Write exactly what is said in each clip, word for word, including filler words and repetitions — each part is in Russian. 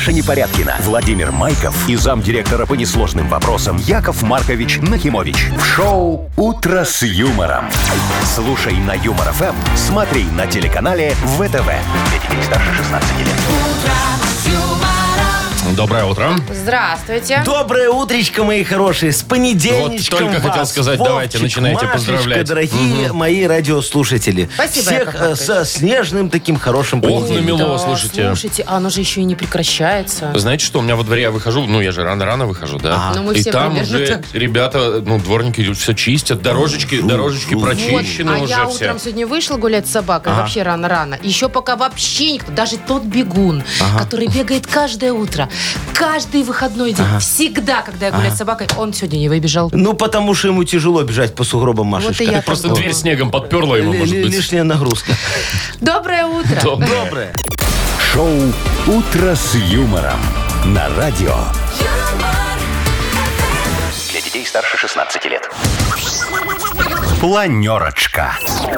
Маша Непорядкина, Владимир Майков и замдиректора по несложным вопросам Яков Маркович Нахимович. В шоу «Утро с юмором». Слушай на Юмор ФМ, смотри на телеканале ВТВ. Для детей старше шестнадцати лет. Доброе утро. Здравствуйте. Доброе утречко, мои хорошие. С понедельничком Вот только вас. хотел сказать, Вовчик, давайте, начинайте Машечка, поздравлять. дорогие мои радиослушатели. Спасибо, Всех Яков Маркович. э, со снежным таким хорошим Ох, понедельником. намело, Да, слушайте. слушайте, а оно же еще и не прекращается. Знаете что, у меня во дворе я выхожу, ну я же рано-рано выхожу, да? Ну, мы И все там примерно уже так. ребята, ну дворники все чистят, дорожечки, дорожечки прочищены Вот, а уже я все. утром сегодня вышла гулять с собакой, вообще рано-рано. Еще пока вообще никто, даже тот бегун, который бегает каждое утро, каждый выходной день, всегда, когда я гуляю с собакой, он сегодня не выбежал. Ну, потому что ему тяжело бежать по сугробам, Вот Машечка. и я Просто так дверь думала. снегом подперла ему, Ли- может ли- быть. Лишняя нагрузка. Доброе утро. Доброе. Доброе. Шоу «Утро с юмором» на радио. Для детей старше шестнадцати лет. Планерочка.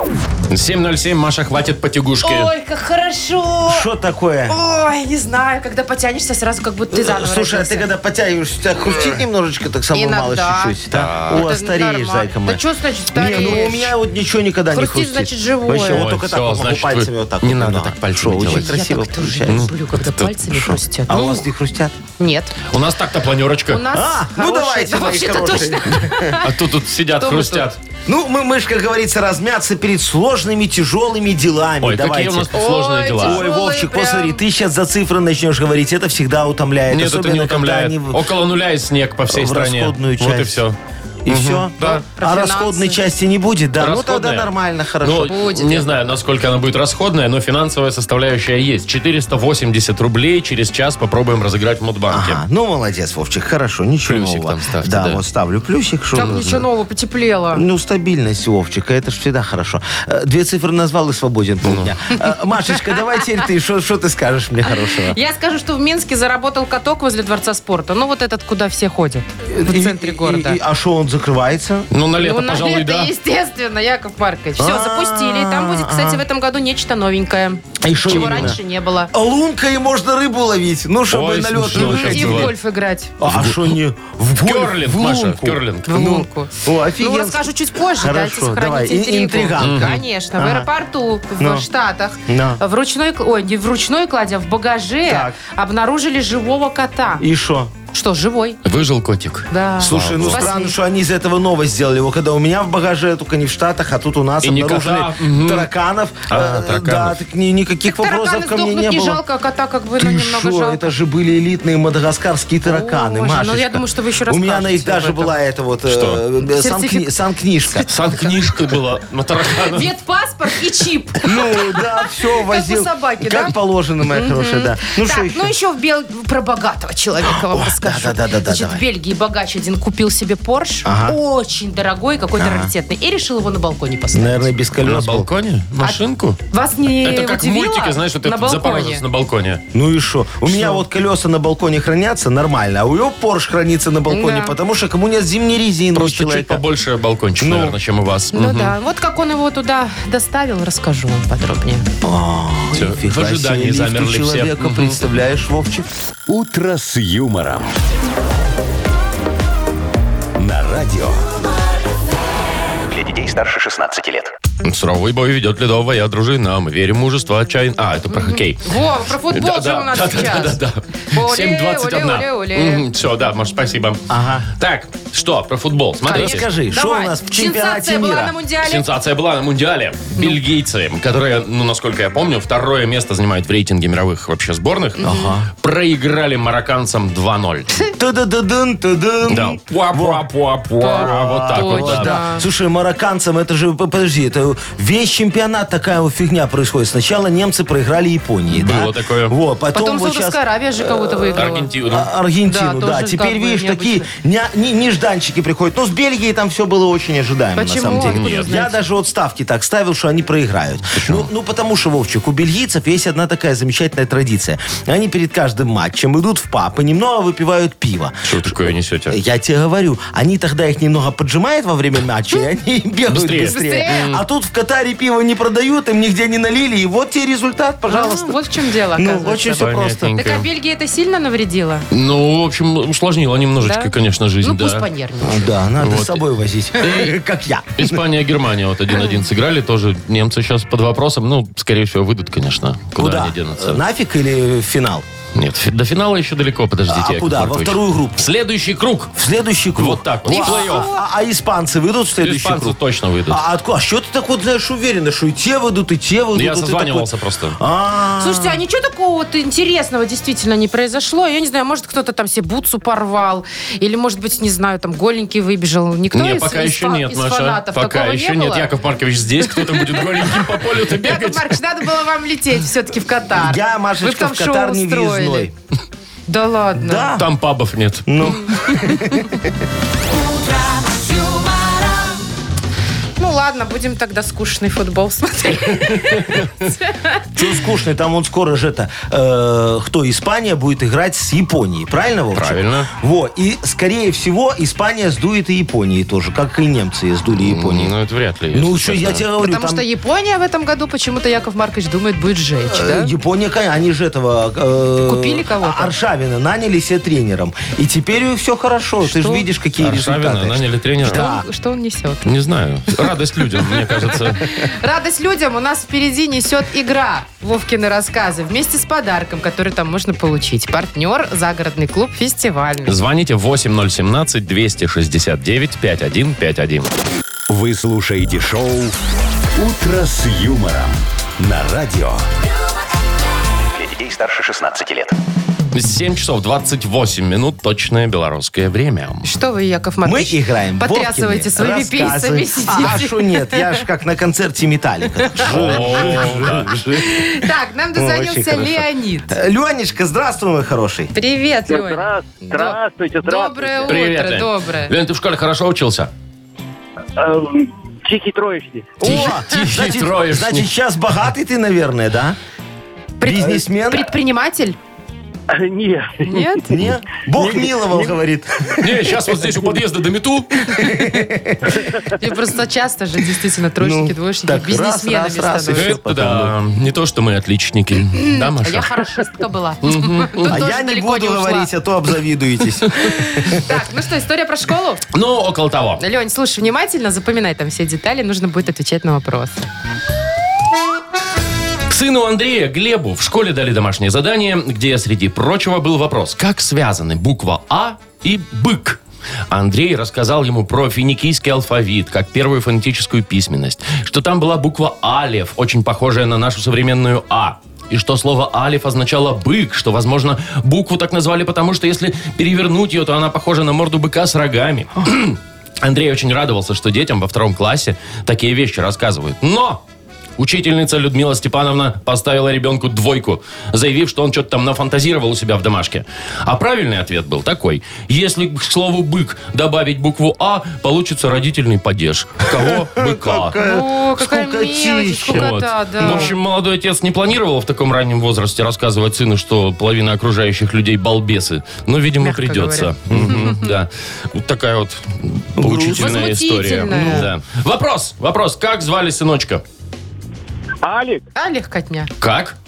семь ноль семь, Маша, хватит потягушки. Ой, как хорошо. Что такое? Ой, не знаю, когда потянешься, сразу как будто ты заново Слушай, а ты родился. когда потягиваешься, у тебя хрустит немножечко, так самую Иногда. малость чуть-чуть. Да. О, Это стареешь, нормально. зайка моя. Да что значит Не, стареешь? ну у меня вот ничего никогда не Хрустит, хрустит. значит, живое. Вообще, вот Ой, только всё, так вот могу значит, пальцами вы- вот так не вот. надо Да. так пальцами Шо, делать. очень красиво Я так тоже получается. люблю, когда пальцами хрустят. А у Ну, вас не хрустят? Нет. У нас так-то планерочка. У нас А, ну хорошие- давайте, Да, мои вообще-то хорошие. точно. А тут тут сидят, Кто мы хрустят. Ну, мы, мы ж, как говорится, размяться перед сложными, тжелыми делами. Ой, Давайте. какие у нас тут сложные Ой, дела. тяжелые Ой, Вовчик, прям. посмотри, ты сейчас за цифры начнешь говорить, это всегда утомляет. Нет, это особенно, не когда утомляет. они в- Около нуля и снег по всей в стране. расходную Вот и часть. все. И все? Да. Про А финансы. расходной части не будет, да? Ну тогда Расходная. нормально, хорошо. Ну, Будет, не я знаю, насколько она будет расходная, но финансовая составляющая есть. четыреста восемьдесят рублей через час попробуем разыграть в Мудбанке. Ага, ну молодец, Вовчик, хорошо, ничего Плюсик нового. там ставьте, да, да. вот ставлю плюсик. Что Так нужно? ничего нового, потеплело. Ну, стабильность, Вовчика, это ж всегда хорошо. Э, Две цифры назвал и свободен полдня. Э, Машечка, давай теперь ты, что что ты скажешь мне хорошего? Я скажу, что в Минске заработал каток возле Дворца спорта. Ну, вот этот, куда все ходят. В И- центре и- города. и- А что, он закрывается? Ну, на лето, Ну, на пожалуй, лето, да. естественно, Яков Маркович. Все, А, запустили. И там будет, кстати, в этом году нечто новенькое. И что Чего именно? раньше не было. А лункой можно рыбу ловить, ну, чтобы Ой, на лед смешно не сейчас выходить. И в было. гольф играть. А что не? В гольф, Керлинг, в Маша, лунку. в керлинг. В лунку. О, офигенно. Ну, расскажу чуть позже, дайте Хорошо, сохранить давай. И- интригу. интриганка. Конечно. В Ага. аэропорту в Ну. Штатах Да. в ручной, кл- ой, не в ручной кладе, а в багаже Так. обнаружили живого кота. И что? Что, живой? Выжил котик. Да. Слушай, ну Спасли. странно, что они из этого новость сделали. Его когда у меня в багаже, только не в Штатах, а тут у нас И не обнаружили кота, мгм. тараканов. А, Э, тараканов. Да, так ни- никаких вопросов Тараканы ко мне сдохнут не не было. жалко, а кота как бы ну, Ты немного шо, жалко. это же были элитные мадагаскарские тараканы, Боже, ну, Машечка. я думаю, что вы еще У меня на их расскажете об даже этом. была эта вот э, Что? э, санкни- Сертифик- санкнижка. Санкнижка была на тараканах. Ветпаспорт и чип. Ну, да, все возил. собаки, Как да? положено, моя хорошая, да. Ну, что Так, еще? ну еще в Бел... про богатого человека вам О, расскажу. да-да-да-да, Значит, давай. в Бельгии богач один купил себе Порш, Ага. очень дорогой, какой-то раритетный, и решил его на балконе поставить. Наверное, без На колес был. балконе? Машинку? Вас не Э, Это как в удивило? мультике, знаешь, вот на этот балконе? Запорожец на балконе. Ну и что? У меня вот колеса на балконе хранятся нормально, а у его Порш хранится на балконе, Да. потому что кому нет зимней резины у Просто чуть человека. побольше балкончик, Ну. наверное, чем у вас. Ну Мгм. да, вот как он его туда доставил, расскажу вам подробнее. Всё, Нифига в ожидании себе, лифт у замерли все. человека, Мгм. представляешь, Вовчик? «Утро с юмором». На радио. Для детей старше шестнадцати лет. Суровый бой ведет ледовая дружина. Мы верим в мужество отчаян. А, это про хоккей. Во, про футбол же у нас да, сейчас. да, да, да. Оле, семь двадцать оле, один. оле, оле. Все, да, Маш, спасибо. Ага. Так, что, про футбол. Смотрите. Расскажи, что у Давай. нас в чемпионате Сенсация была мира? на Мундиале. Сенсация была на Мундиале. Бельгийцы, которые, ну, насколько я помню, второе место занимают в рейтинге мировых вообще сборных, проиграли марокканцам два ноль. Та-да-да-дун, та-дун. Да. Пуа-пуа-пуа-пуа. Вот так вот, Вот, да. да. Слушай, марокканцам, это же, п- подожди, это весь чемпионат такая вот фигня происходит. Сначала немцы проиграли Японии, да? Было такое. Вот, потом, Потом вот Саудовская сейчас Аравия же кого-то выиграла. Аргентину. А- Аргентину, Да, да. тоже Теперь, как бы видишь, такие ня- не- нежданчики приходят. Ну, с Бельгией там все было очень ожидаемо, Почему? на самом деле. Откуда Я знаете? даже вот ставки так ставил, что они проиграют. Ну, ну, потому что, Вовчик, у бельгийцев есть одна такая замечательная традиция. Они перед каждым матчем идут в паб и немного выпивают пиво. Что вы такое несете? Я тебе говорю, они тогда их немного поджимают во время матча, и они бегают Быстрее. быстрее. Быстрее. А тут тут в Катаре пиво не продают, им нигде не налили, и вот тебе результат, пожалуйста. Ну, вот в чем дело, Ну, оказывается. очень все просто. Понятненько. Так а Бельгия это сильно навредила? Ну, в общем, усложнила немножечко, Да? конечно, жизнь, Ну, да. пусть понервничает. Да, надо Вот. с собой возить, как я. Испания, Германия вот один-один сыграли тоже. Немцы сейчас под вопросом. Ну, скорее всего, выйдут, конечно. Куда, Куда? они денутся? Нафиг или в финал? Нет, фи- до финала еще далеко, подождите. А Яков куда? Во Маркович. вторую группу? Следующий круг. В следующий круг. Вот так вот. Во. В плей-офф. А, а испанцы выйдут в следующий Испанцы круг? точно выйдут. А откуда? А что ты так вот, знаешь, уверена, что и те выйдут, и те выйдут? Я Вот ты созванивался такой- просто. А, Слушайте, а ничего такого вот интересного действительно не произошло? Я не знаю, может, кто-то там себе бутсу порвал, или, может быть, не знаю, там голенький выбежал. Никто Не, из, пока из еще фа- нет, из Маша. фанатов Пока такого еще не нет. было? Яков Маркович здесь, кто-то будет голеньким по полю-то Яков бегать. Маркович, надо было вам лететь все-таки в Катар. Я, Вы Машечка, б там в Катар шоу не устроили. въездной. Да ладно. Да. Там пабов нет. Ну, Ну ладно, будем тогда скучный футбол смотреть. что скучный, там он скоро же это, э, кто, Испания будет играть с Японией, правильно, Вовчик? Правильно. Во, и, скорее всего, Испания сдует и Японии тоже, как и немцы сдули Японию. Ну, это вряд ли. Ну, если что, я честно. тебе говорю, Потому там... что Япония в этом году почему-то, Яков Маркович думает, будет сжечь, э, да? Япония, конечно, они же этого... э, Купили кого-то? Аршавина наняли себе тренером. И теперь все хорошо. Ты же видишь, какие Аршавина результаты. наняли тренера? Да. Он- Что он несет? Не знаю. Радость людям, мне кажется. Радость людям у нас впереди несет игра Вовкины рассказы вместе с подарком, который там можно получить. Партнер — загородный клуб «Фестивальный». Звоните восемь ноль семнадцать двести шестьдесят девять пятьдесят один пятьдесят один. Вы слушаете шоу «Утро с юмором» на радио. Для детей старше шестнадцати лет. семь часов двадцать восемь минут, точное белорусское время. Что вы, Яков Мы Маркович, играем. потрясываете Вовкины своими рассказы. пейсами, А сидите? что нет? Я ж как на концерте Металлика. Так, нам Очень дозвонился хорошо. Леонид. Э, Ленечка, здравствуй, мой хороший. Привет, Лень. Здра- Здравствуйте, здравствуйте. Доброе Привет, утро, Лень. доброе. Лен, ты в школе хорошо учился? Эм, Тихий троечник. Тихий- О, тихий значит, троечник. значит, сейчас богатый ты, наверное, да? Бизнесмен? Предприниматель? Нет. Нет? Не? Бог миловал, говорит. Не, сейчас вот здесь у подъезда домету. И просто часто же действительно троечники, Ну, двоечники так, раз, бизнесменами раз, раз, и становятся. всё. Это потом, да, не то, что мы отличники. Да, А я Маша? хорошистка была. Тут А тоже я не далеко буду ушла. говорить, а то обзавидуетесь. Так, ну что, история про школу? Ну, около того. Лень, слушай внимательно, запоминай там все детали, нужно будет отвечать на вопросы. Сыну Андрея, Глебу, в школе дали домашнее задание, где, среди прочего, был вопрос, как связаны буква А и бык. Андрей рассказал ему про финикийский алфавит, как первую фонетическую письменность, что там была буква Алеф, очень похожая на нашу современную А. И что слово «алиф» означало «бык», что, возможно, букву так назвали, потому что если перевернуть ее, то она похожа на морду быка с рогами. Андрей очень радовался, что детям во втором классе такие вещи рассказывают. Но учительница Людмила Степановна поставила ребенку двойку, заявив, что он что-то там нафантазировал у себя в домашке. А правильный ответ был такой. Если к слову «бык» добавить букву «а», получится родительный падеж. Кого? Быка. О, какая скукотища. мелочь, скукота, Вот. да. В общем, молодой отец не планировал в таком раннем возрасте рассказывать сыну, что половина окружающих людей балбесы. Но, видимо, Мягко придется. Мгм, да. Вот такая вот поучительная история. Возмутительная. Да. Вопрос, вопрос. Как звали сыночка? Алик, Алик Котня. Как?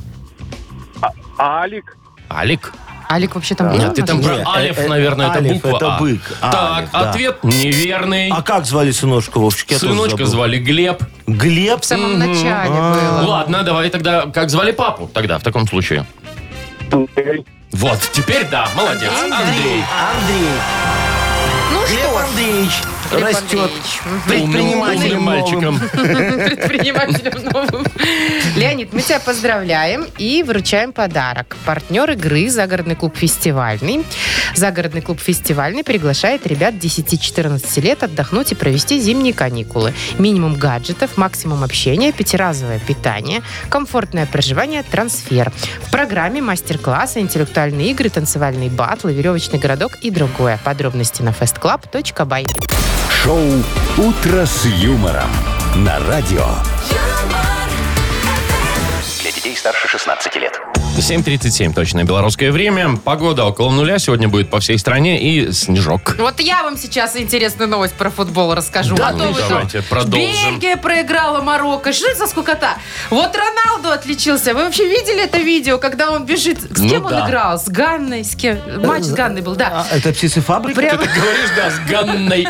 Алик. Алик? Алик вообще там был? Нет, ты там Не, про э, Алиф, э, наверное, это Алиф, буква это А. бык. Так, Алиф, да. ответ неверный. А как звали сыночка, Вовчик? Я тоже Сыночка забыл. звали Глеб. Глеб? В самом начале было. Ладно, давай тогда, как звали папу тогда, в таком случае? Андрей. Вот, теперь да, молодец. Андрей. Андрей. Ну Глеб что ж, Андреевич Глеб растет Андреевич. Мгм. предпринимателем Умным мальчиком. Предпринимателем новым. Леонид, мы тебя поздравляем и вручаем подарок. Партнер игры «Загородный клуб Фестивальный». «Загородный клуб Фестивальный» приглашает ребят десяти-четырнадцати лет отдохнуть и провести зимние каникулы. Минимум гаджетов, максимум общения, пятиразовое питание, комфортное проживание, трансфер. В программе мастер-классы, интеллектуальные игры, танцевальные батлы, веревочный городок и другое. Подробности на фестклаб точка бай. Шоу «Утро с юмором» на радио. Для детей детей старше шестнадцати лет. семь тридцать семь точное белорусское время. Погода около нуля сегодня будет по всей стране и снежок. Вот я вам сейчас интересную новость про футбол расскажу. Да, Готовы ну, там? давайте, продолжим. Бельгия проиграла Марокко. Что это за скукота? Вот Роналду отличился. Вы вообще видели это видео, когда он бежит? С Ну кем он да. играл? С Ганной? С кем? Матч с Ганной был, да. А, это птицефабрика? Прям, Ты говоришь, да, с Ганной.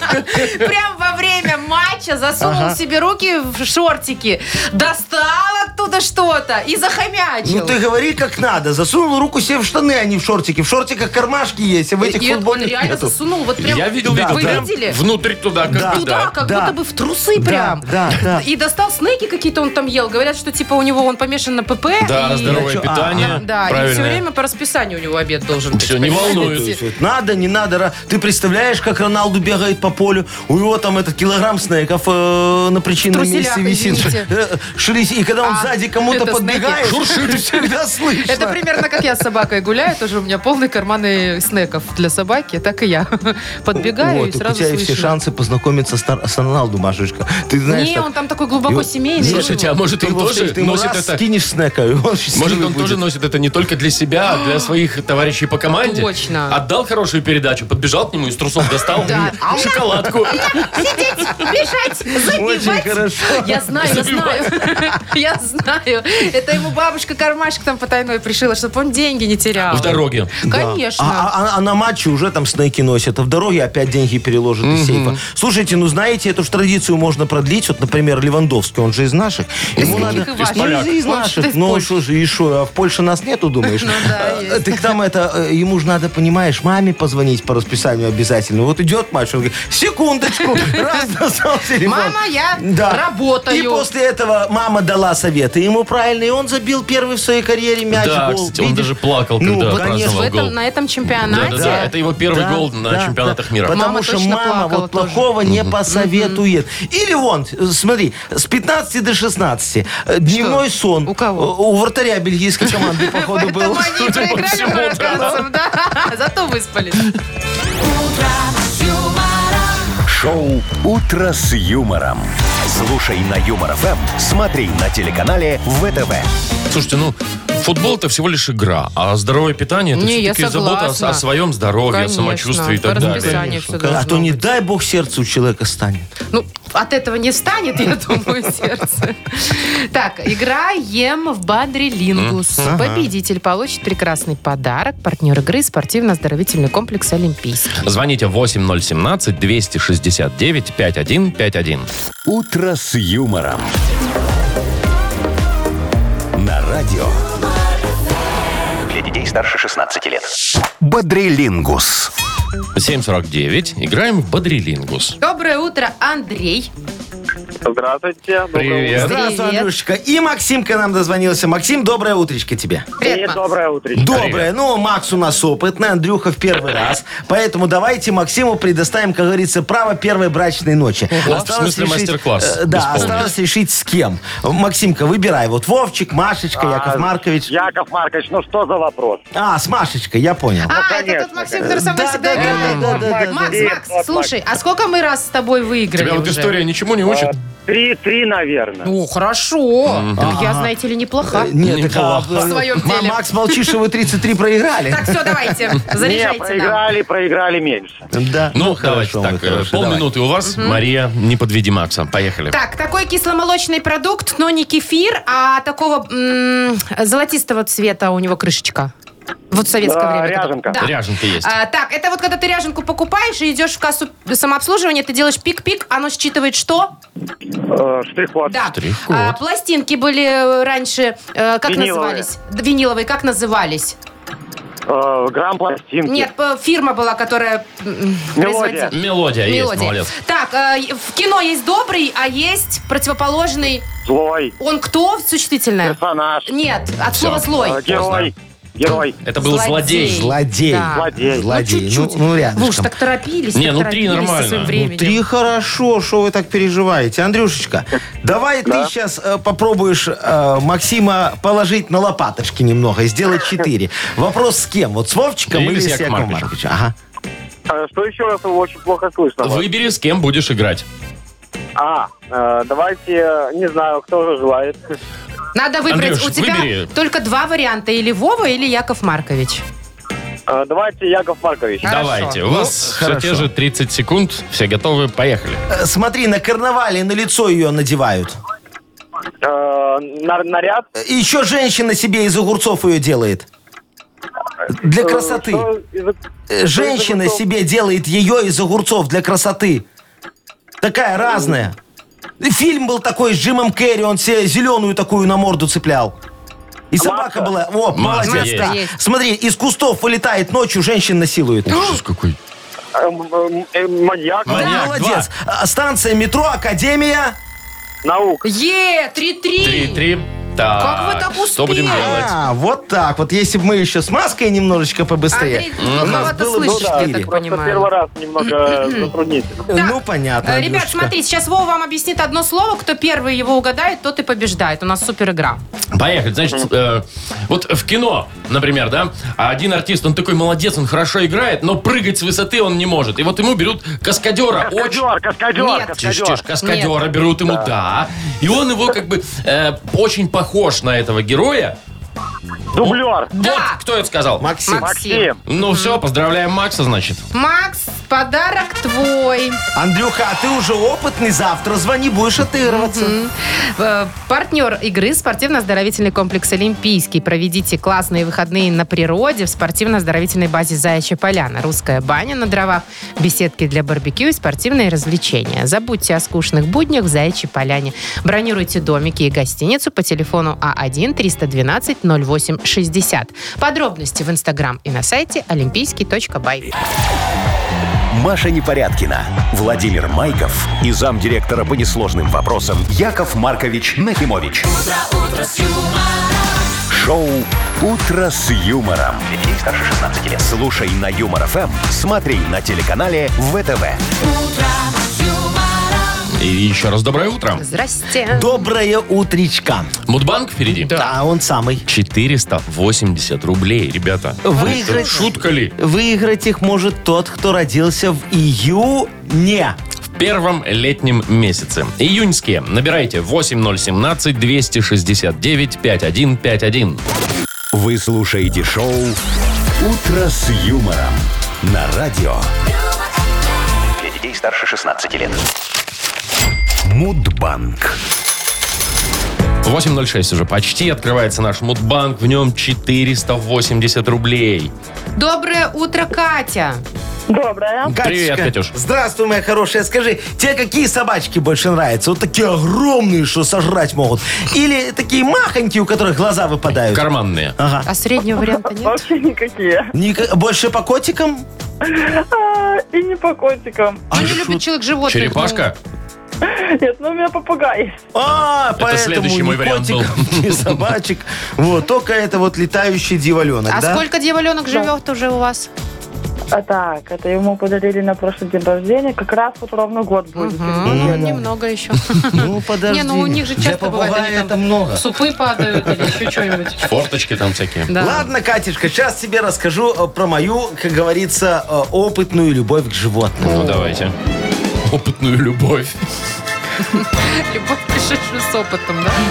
прям во время матча засунул Ага. себе руки в шортики, достал оттуда что-то и захомячил. Ну ты говори как надо. Засунул руку себе в штаны, а не в шортики. В шортиках кармашки есть, а в этих И он футбольных реально нету. засунул. Вот прям, Я видел, Да, видел. вы прям видели? внутрь туда, как Да. бы, Туда, да. как Да. будто бы в трусы Да, прям. да, да. И достал снеки какие-то, он там ел. Говорят, что типа у него он помешан на ПП. Да, и... здоровое А, питание. Да, и все правильное. время по расписанию у него обед должен быть. Всё, не понимаете? волнует. То есть вот надо, не надо. ра- Ты представляешь, как Роналду бегает по полю? У него там этот килограмм снеков э, на причинном В труселях, месте висит. извините. Э, шелест- И когда он А, сзади кому-то это снеки. подбегает, ты всегда слышно. Это примерно как я с собакой гуляю, тоже у меня полные карманы снеков для собаки, так и я. Подбегаю Вот, и так у сразу тебя есть все слышно. шансы познакомиться с, Нар- с Роналду, Машечка. Ты знаешь, Не, так- он там такой глубоко И- семейный. Слушайте, а может ты он его, тоже ты ему носит раз это... скинешь снека, и он счастливый Может, он будет. тоже носит это не только для себя, а для своих товарищей по команде? Точно. Отдал хорошую передачу, подбежал к нему из трусов достал Да. шоколадку. Сидеть, лежать, Очень забивать. хорошо. Я знаю, я знаю. Я знаю. Это ему бабушка кармашек там потайной пришила, чтобы он деньги не терял. В дороге. Конечно. А, а- а на матче уже там снеки носят, а в дороге опять деньги переложат из сейфа. Слушайте, ну знаете, эту ж традицию можно продлить. Вот, например, Левандовский, он же из наших. Ему Из надо... каких и ваших? Ну, из, из Он наших. что-то из Ну, Польши. что же, и что? А в Польше нас нету, думаешь? Ну да, Э, есть. Так там это, э, ему же надо, понимаешь, маме позвонить по расписанию обязательно. Вот идет матч, он говорит, секундочку, раз достал телефон. Мама, я работаю. И после этого мама дала советы ему правильно, и он забил первый в своей карьере мяч. Да, гол. кстати, он Видишь? даже плакал, Ну, когда конечно. праздновал В этом, гол. на этом чемпионате. Да, да, да. Это его первый Да, гол на да, чемпионатах да. мира. Потому Мама что точно мама плакала вот тоже. плохого не посоветует. Или вон, смотри, с пятнадцати до шестнадцати э, дневной сон. У кого? э, У вратаря бельгийской команды, походу, был. Поэтому они и проиграли всему, да. марокканцам, да. Зато выспались. Шоу «Утро с юмором». Слушай на Юмор ФМ, смотри на телеканале ВТВ. Слушайте, ну, футбол это всего лишь игра, а здоровое питание это Не, я все-таки забота о, согласна. о своем здоровье, Конечно, самочувствии и по так далее. расписанию все А должно то не быть. дай бог сердце у человека станет. Ну, от этого не станет, я думаю, сердце. Так, играем в Бадрилингус. Победитель получит прекрасный подарок. Партнер игры — спортивно-оздоровительный комплекс «Олимпийский». Звоните восемь ноль семнадцать двести шестьдесят девять пятьдесят один пятьдесят один. «Утро с юмором». На радио. Для детей старше шестнадцати лет. Бодрилингус. семь сорок девять. Играем в Бодрилингус. Доброе утро, Андрей. Здравствуйте. доброе Привет. утро. Здравствуй, Привет. Андрюшечка. И Максимка нам дозвонился. Максим, доброе утречко тебе. Привет, И Макс. доброе утро. Доброе. Ну, Макс у нас опытный, Андрюха в первый раз. Поэтому давайте Максиму предоставим, как говорится, право первой брачной ночи. Ого, в смысле мастер-класс э, Да, исполнить. осталось решить с кем. Максимка, выбирай. Вот Вовчик, Машечка, Яков А, Маркович. Яков Маркович, ну что за вопрос? А, с Машечкой, я понял. А, это конечно, тот Максим, который со мной Да, всегда да, играет? да, да, да, да. Макс, Привет, Макс, Макс. слушай, а сколько мы раз с тобой выиграли Тебя вот уже? история ничему не учит? Три, три, наверное. О, хорошо. Так я, знаете ли, неплоха. Э, Нет, так, а, неплохо. э, В своем Ма- деле. Макс, молчишь, что вы тридцать три проиграли. Так, все, давайте, Не, заряжайте нам. проиграли, проиграли меньше. Да. Ну, давайте хорошо, так, мой э, хороший, давай. полминуты у вас. Мария, не подведи Макса. Поехали. Так, такой кисломолочный продукт, но не кефир, а такого м, золотистого цвета у него крышечка. Вот в советское А, время. когда- ряженка. Да. Ряженка есть. А, так, это вот когда ты ряженку покупаешь и идешь в кассу самообслуживания, ты делаешь пик-пик, оно считывает что? Э, штрих-код. Да. Штрих-код. А, пластинки были э, раньше, э, как Виниловые. назывались? Да, Виниловые, как назывались? Э, грамм пластинки. Нет, п- фирма была, которая м, Мелодия. производила. Мелодия, есть, Мелодия. молодец. Так, э, в кино есть добрый, а есть противоположный. Злой. Он кто? Существительное? Персонаж. Нет, от слова Всё. злой. Э, герой. Герой. Это был злодей. Злодей. Да. Злодей. Злодей. Ну, чуть-чуть. Ну, ну, Вы уж рядышком. так торопились. Не, так ну, три торопились со нормально. своим Ну, временем. Три хорошо, что вы так переживаете. Андрюшечка, давай ты сейчас э, попробуешь э, Максима положить на лопаточки немного и сделать четыре. Вопрос с кем? Вот с Вовчиком Или или, с с Яковом Яковом Марковичем? Марковичем? Ага. Э, что еще раз? Очень плохо слышно. вас. Выбери, с кем будешь играть. А, э, давайте, э, не знаю, кто же желает. Надо выбрать. Андрюш, У тебя выбери. только два варианта. Или Вова, или Яков Маркович. Э, Давайте Яков Маркович. Хорошо. Давайте. У вас все хорошо. те же тридцать секунд. Все готовы? Поехали. Э, Смотри, на карнавале на лицо ее надевают. Э, на- Наряд. И еще женщина себе из огурцов ее делает. Для красоты. Э, что из- Э, Женщина огурцов? себе делает ее из огурцов для красоты. Такая разная. Фильм был такой с Джимом Керри, он себе зеленую такую на морду цеплял. И собака Маска? была. О, молодец. Маска да. есть. Смотри, из кустов вылетает ночью, женщин насилует. Ужас какой. Эм, эм, э, Маньяк. Ну, Маньяк, молодец. А, Станция метро, академия. Наук. Е, три-три. Три-три. Так. Как вы так Что будем успели? делать? А, вот так. Вот если бы мы еще с маской немножечко побыстрее. Андрей, у нас плоховато было бы слышишь, я четыре. так Просто понимаю. первый раз немного затруднительно. Так, Ну, понятно. Э, Ребят, Андрюшечка. смотри, сейчас Вова вам объяснит одно слово. Кто первый его угадает, тот и побеждает. У нас супер игра. Поехали. Значит, э, вот в кино, например, да, один артист, он такой молодец, он хорошо играет, но прыгать с высоты он не может. И вот ему берут каскадера. Очень... Каскадер, каскадер, Нет. Тише, каскадер. тише, каскадера берут ему, да. И он его как бы э, очень похож на этого героя. Дублер. Да. Вот, кто это сказал? Максим. Максим. Ну все, поздравляем Макса, значит. Макс, подарок твой. Андрюха, а ты уже опытный, завтра звони, будешь отыгрываться. Э, Партнер игры спортивно-оздоровительный комплекс «Олимпийский». Проведите классные выходные на природе в спортивно-оздоровительной базе «Заячья поляна». Русская баня на дровах, беседки для барбекю и спортивные развлечения. Забудьте о скучных буднях в «Заячьей поляне». Бронируйте домики и гостиницу по телефону А один триста двенадцать ноль восемь шестьдесят. Подробности в Инстаграм и на сайте олимпийский точка бай. Маша Непорядкина, Владимир Майков и замдиректора по несложным вопросам Яков Маркович Нахимович. Шоу «Утро с юмором». Для детей старше шестнадцати лет. Слушай на Юмор ФМ, смотри на телеканале ВТВ. И еще раз доброе утро. Здрасте. Доброе утречка. Мудбанк впереди. Да, он самый. четыреста восемьдесят рублей, ребята. Выиграть, Шутка ли? выиграть их может тот, кто родился в июне. В первом летнем месяце. Июньские. Набирайте восемь ноль семнадцать двести шестьдесят девять пятьдесят один пятьдесят один. Вы слушаете шоу «Утро с юмором» на радио. Для детей старше шестнадцати лет. Мудбанк. восемь ноль шесть уже почти. Открывается наш Мудбанк. В нем четыреста восемьдесят рублей. Доброе утро, Катя. Доброе. Привет, Катюш. Здравствуй, моя хорошая. Скажи, тебе какие собачки больше нравятся? Вот такие огромные, что сожрать могут? Или такие махонькие, у которых глаза выпадают? Карманные. Ага. А среднего варианта нет? Вообще никакие. Ника- Больше по котикам? А, и не по котикам. А не шо- любит человек животных. Черепашка? Нет, ну у меня попугай. А, поэтому следующий мой ни вариант котиков, ни собачек. Вот, только это вот летающий дьяволенок, А да? сколько дьяволенок живет уже у вас? А так, это ему подарили на прошлый день рождения. Как раз вот ровно год будет. Мгм, ну, немного еще. Ну, подожди. Не, ну у них же Для часто бывает, попугая они там это много. супы падают или еще что-нибудь. Форточки там всякие. Да. Ладно, Катюшка, сейчас тебе расскажу э, про мою, как говорится, э, опытную любовь к животным. Ну, давайте. Опытную любовь. Любовь, пришедшую с опытом, да?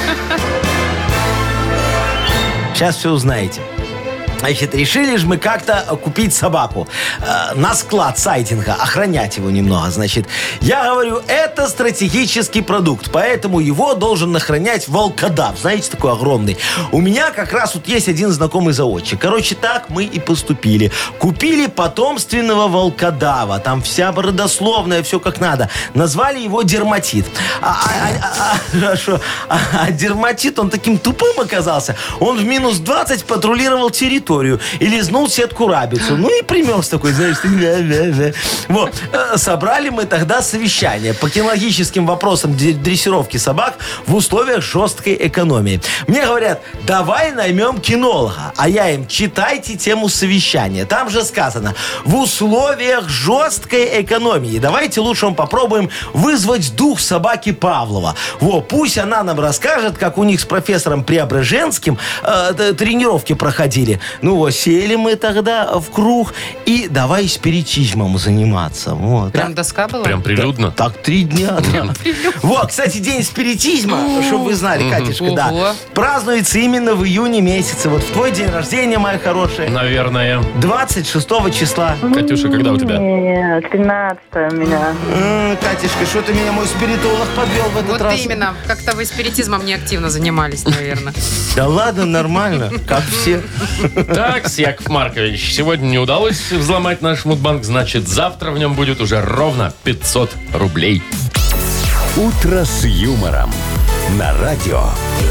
Сейчас все узнаете. Значит, решили же мы как-то купить собаку э, на склад сайдинга, охранять его немного. Значит, я говорю, это стратегический продукт, поэтому его должен охранять волкодав. Знаете, такой огромный. У меня как раз вот есть один знакомый заводчик. Короче, так мы и поступили. Купили потомственного волкодава. Там вся родословная, все как надо. Назвали его Дерматит. А, а- а- а- а шо? А- а Дерматит, он таким тупым оказался. Он в минус двадцать патрулировал территорию и лизнул сетку рабицу. Ну и примерз такой, знаешь, ты- вот. Э, Собрали мы тогда совещание по кинологическим вопросам д- дрессировки собак в условиях жесткой экономии. Мне говорят, давай наймем кинолога. А я им, читайте тему совещания. Там же сказано, в условиях жесткой экономии. Давайте лучше мы попробуем вызвать дух собаки Павлова. Во, пусть она нам расскажет, как у них с профессором Преображенским э, т- тренировки проходили. Ну вот, сели мы тогда в круг и давай спиритизмом заниматься. Вот. Прям Так, доска была? Прям прилюдно. так, три дня. да. Вот, кстати, день спиритизма, чтобы вы знали, Катюшка, Ого. да, празднуется именно в июне месяце. Вот в твой день рождения, моя хорошая, Наверное. двадцать шестого числа. Катюша, когда у тебя? Нет, тринадцатое у меня. М, Катюшка, что-то меня мой спиритолог подвел в этот Вот раз. именно. Как-то вы спиритизмом не активно занимались, наверное. Да ладно, нормально, как все. Так, Яков Маркович, сегодня не удалось взломать наш мудбанк, значит, завтра в нем будет уже ровно пятьсот рублей. «Утро с юмором» на радио.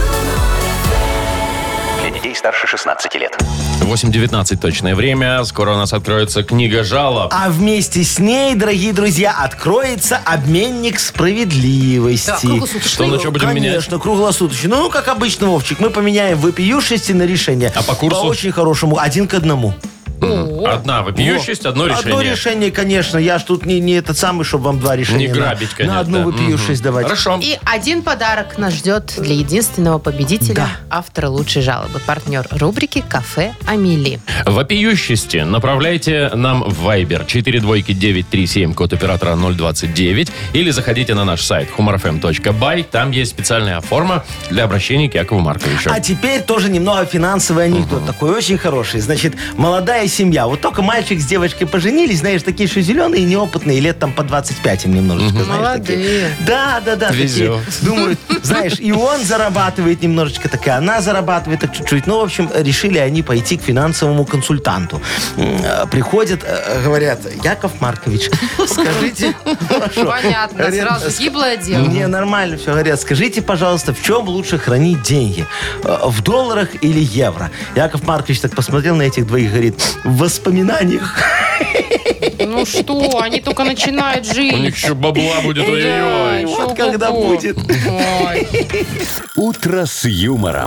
Для детей старше шестнадцати лет. восемь девятнадцать точное время. Скоро у нас откроется книга жалоб. А вместе с ней, дорогие друзья, откроется обменник справедливости. Да, круглосуточно. Что, на что будем менять? Конечно, круглосуточно. Ну, как обычно, Вовчик, мы поменяем вопиюшести на решение. А по курсу? По очень хорошему, один к одному. Одна вопиющесть, одно решение. Одно решение, конечно. Я ж тут не, не этот самый, чтобы вам два решения. Не грабить, на, конечно. На одну вопиюшесть Мгм. давать. Хорошо. И один подарок нас ждет для единственного победителя, Да. автора лучшей жалобы, партнер рубрики «Кафе Амели». Вопиющести направляйте нам в Viber четыре двойки девять три семь, код оператора ноль двадцать девять, или заходите на наш сайт humor f m точка by. Там есть специальная форма для обращения к Якову Марковичу. А теперь тоже немного финансовый анекдот. Такой очень хороший. Значит, молодая семья. Вот только мальчик с девочкой поженились, знаешь, такие еще зеленые, неопытные, лет там по двадцать пять им немножечко, знаешь, Молодые. такие. Да, да, да. Такие, Везет. думают, знаешь, и он зарабатывает немножечко, так и она зарабатывает так чуть-чуть. Ну, в общем, решили они пойти к финансовому консультанту. М, э, Приходят, э, говорят, Яков Маркович, скажите... Хорошо. Понятно, Говорят, сразу гиблое дело. Не, нормально все. Говорят, скажите, пожалуйста, в чем лучше хранить деньги? Э, В долларах или евро? Яков Маркович так посмотрел на этих двоих и говорит, в воспоминаниях. Ну что, они только начинают У них жить. еще бабла будет, Да, ой-ой-ой. еще Вот когда ого-го. будет. Ой. «Утро с юмором»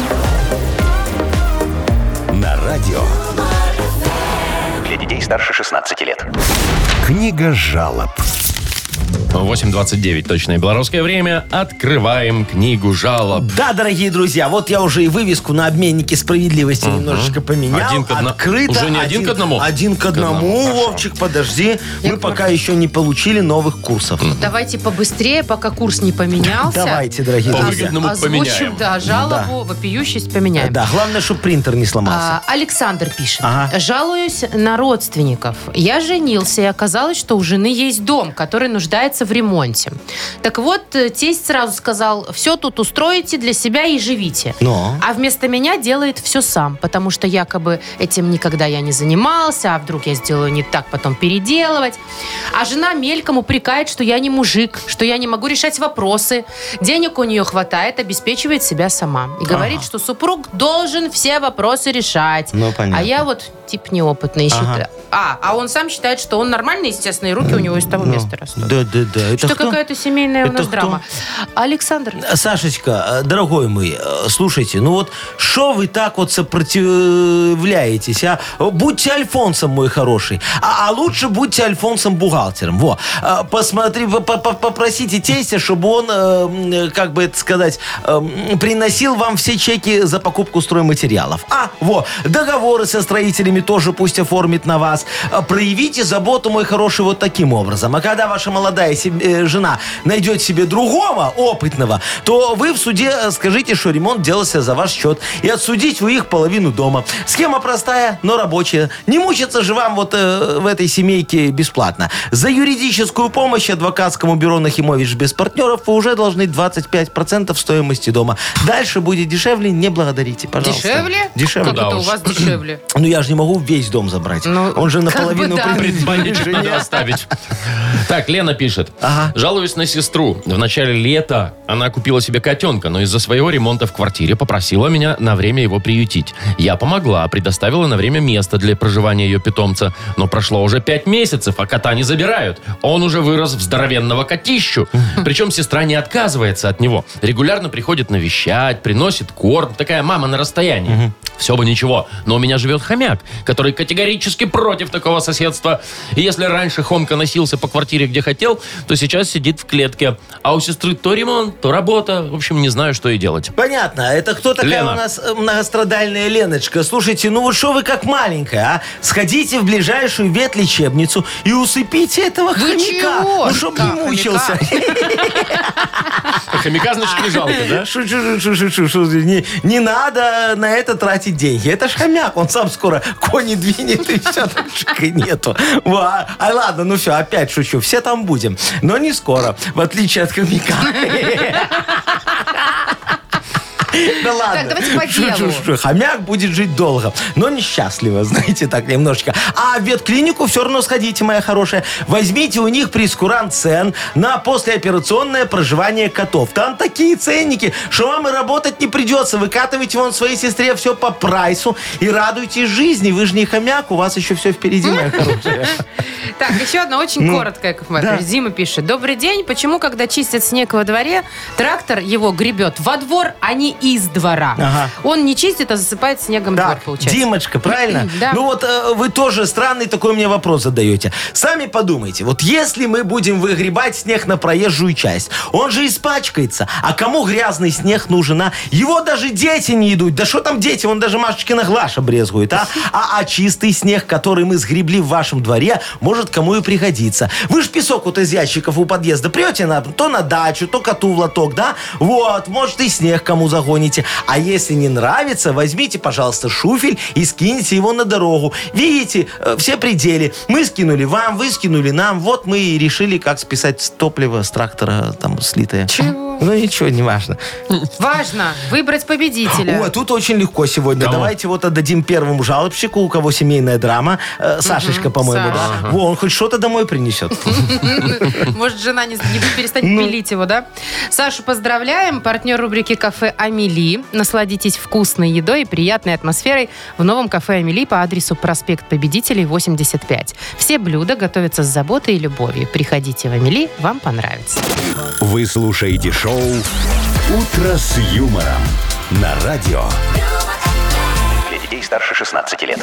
на радио. Для детей старше шестнадцати лет. Книга жалоб. восемь двадцать девять точное белорусское время. Открываем книгу жалоб. Да, дорогие друзья, вот я уже и вывеску на обменнике справедливости немножечко поменял. Один к одно- Открыто. Уже не один к одному? Один к К одному, одному, хорошо. Вовчик, подожди. Мы Яков пока еще не получили новых курсов. Давайте побыстрее, пока курс не поменялся. Давайте, дорогие По друзья. выгодному Озвучим, поменяем. да, жалобу, вопиющесть поменяем. Да, главное, чтобы принтер не сломался. А, Александр пишет. Ага. Жалуюсь на родственников. Я женился, и оказалось, что у жены есть дом, который нуждается в ремонте. Так вот, э, тесть сразу сказал, все тут устроите для себя и живите. Но. А вместо меня делает все сам, потому что якобы этим никогда я не занимался, а вдруг я сделаю не так, потом переделывать. А жена мельком упрекает, что я не мужик, что я не могу решать вопросы. Денег у нее хватает, обеспечивает себя сама. И говорит, что супруг должен все вопросы решать. Ну, понятно. А я вот тип неопытный. Ага. считаю. А, а он сам считает, что он нормальный, естественно, и руки у него из того места растут. Да, да, да. Это Что кто? какая-то семейная у Это нас кто? драма. Александр, Сашечка, э, дорогой мой, э, слушайте, ну вот что вы так вот сопротивляетесь, а? Будьте Альфонсом, мой хороший. А, а лучше будьте Альфонсом-бухгалтером. Во. Э, Посмотри, по- по- попросите тестя, чтобы он, э, как бы это сказать, э, приносил вам все чеки за покупку стройматериалов. А, во, договоры со строителями тоже пусть оформит на вас. Э, Проявите заботу, мой хороший, вот таким образом. А когда ваша молодая себе- э, жена найдет себе другого, опытного, то вы в суде э, скажите, что ремонт делался за ваш счет. И отсудить вы их половину дома. Схема простая, но рабочая. Не мучиться же вам вот э, в этой семейке бесплатно. За юридическую помощь адвокатскому бюро Нахимович без партнеров вы уже должны двадцать пять процентов стоимости дома. Дальше будет дешевле, не благодарите, пожалуйста. дешевле? Дешевле. Как Да это у уж. вас дешевле? Ну я же не могу весь дом забрать. Ну, Он же как бы наполовину да. принадлежит Предбанничек жене. надо оставить. Так, Лена пишет. Ага. Жалуюсь на сестру. В начале лета она купила себе котенка, но из-за своего ремонта в квартире попросила меня на время его приютить. Я помогла, предоставила на время место для проживания ее питомца. Но прошло уже пять месяцев, а кота не забирают. Он уже вырос в здоровенного котищу. Причем сестра не отказывается от него. Регулярно приходит навещать, приносит корм. Такая мама на расстоянии. все бы ничего. Но у меня живет хомяк, который категорически против такого соседства. И если раньше Хомка носился по квартире, где хотел, то сейчас сидит в клетке. А у сестры то ремонт, то работа. В общем, не знаю, что и делать. Понятно. Это кто такая Лена. у нас э, многострадальная Леночка? Слушайте, ну вот что вы как маленькая, а? Сходите в ближайшую ветлечебницу и усыпите этого Вы хомяка. чего? Ну, чтоб Да, не мучился. Хомяка, значит, не жалко, да? Шучу, шучу, шучу, шучу. Не, не надо на это тратить деньги. Это ж хомяк, он сам скоро кони двинет и все, так шика нету. Во. А ладно, ну все, опять шучу. Все там будем. Но не скоро, в отличие от хомяка. Да ладно. Так, давайте по делу. Шучу, шучу. Хомяк будет жить долго, но несчастливо, знаете, так немножечко. А в ветклинику все равно сходите, моя хорошая. Возьмите у них прейскурант цен на послеоперационное проживание котов. Там такие ценники, что вам и работать не придется. Выкатывайте вон своей сестре все по прайсу и радуйтесь жизни. Вы же не хомяк, у вас еще все впереди, моя хорошая. Так, еще одна очень Ну, короткая, Яков Маркович. да. Дима пишет. Добрый день. Почему, когда чистят снег во дворе, трактор его гребет во двор, а не из двора? Ага. Он не чистит, а засыпает снегом двор, Так, получается. Димочка, правильно? Да. Ну вот э, вы тоже странный такой мне вопрос задаете. Сами подумайте, вот если мы будем выгребать снег на проезжую часть, он же испачкается. А кому грязный снег нужен, а? Его даже дети не идут. Да что там дети, он даже Машечкина Глаша брезгует, а? А, а чистый снег, который мы сгребли в вашем дворе, может кому и пригодится. Вы ж песок вот из ящиков у подъезда прете на, то на дачу, то коту в лоток, да? Вот, может и снег кому загоните. А если не нравится, возьмите, пожалуйста, шуфель и скиньте его на дорогу. Видите, э, все пределы. Мы скинули вам, вы скинули нам. Вот мы и решили, как списать топливо с трактора там слитое. Чего? Ну ничего, не важно. Важно выбрать победителя. О, тут очень легко сегодня. Кого? Давайте вот отдадим первому жалобщику, у кого семейная драма. Э, Сашечка, по-моему, Саша. да? Во, он хоть что-то домой принесет. Может, жена не, не перестанет Ну. пилить его, да? Сашу поздравляем. Партнер рубрики «Кафе Амели». Насладитесь вкусной едой и приятной атмосферой в новом кафе Амели по адресу проспект Победителей, восемьдесят пять. Все блюда готовятся с заботой и любовью. Приходите в Амели, вам понравится. Вы слушаете шоу «Утро с юмором» на радио. Для детей старше шестнадцати лет.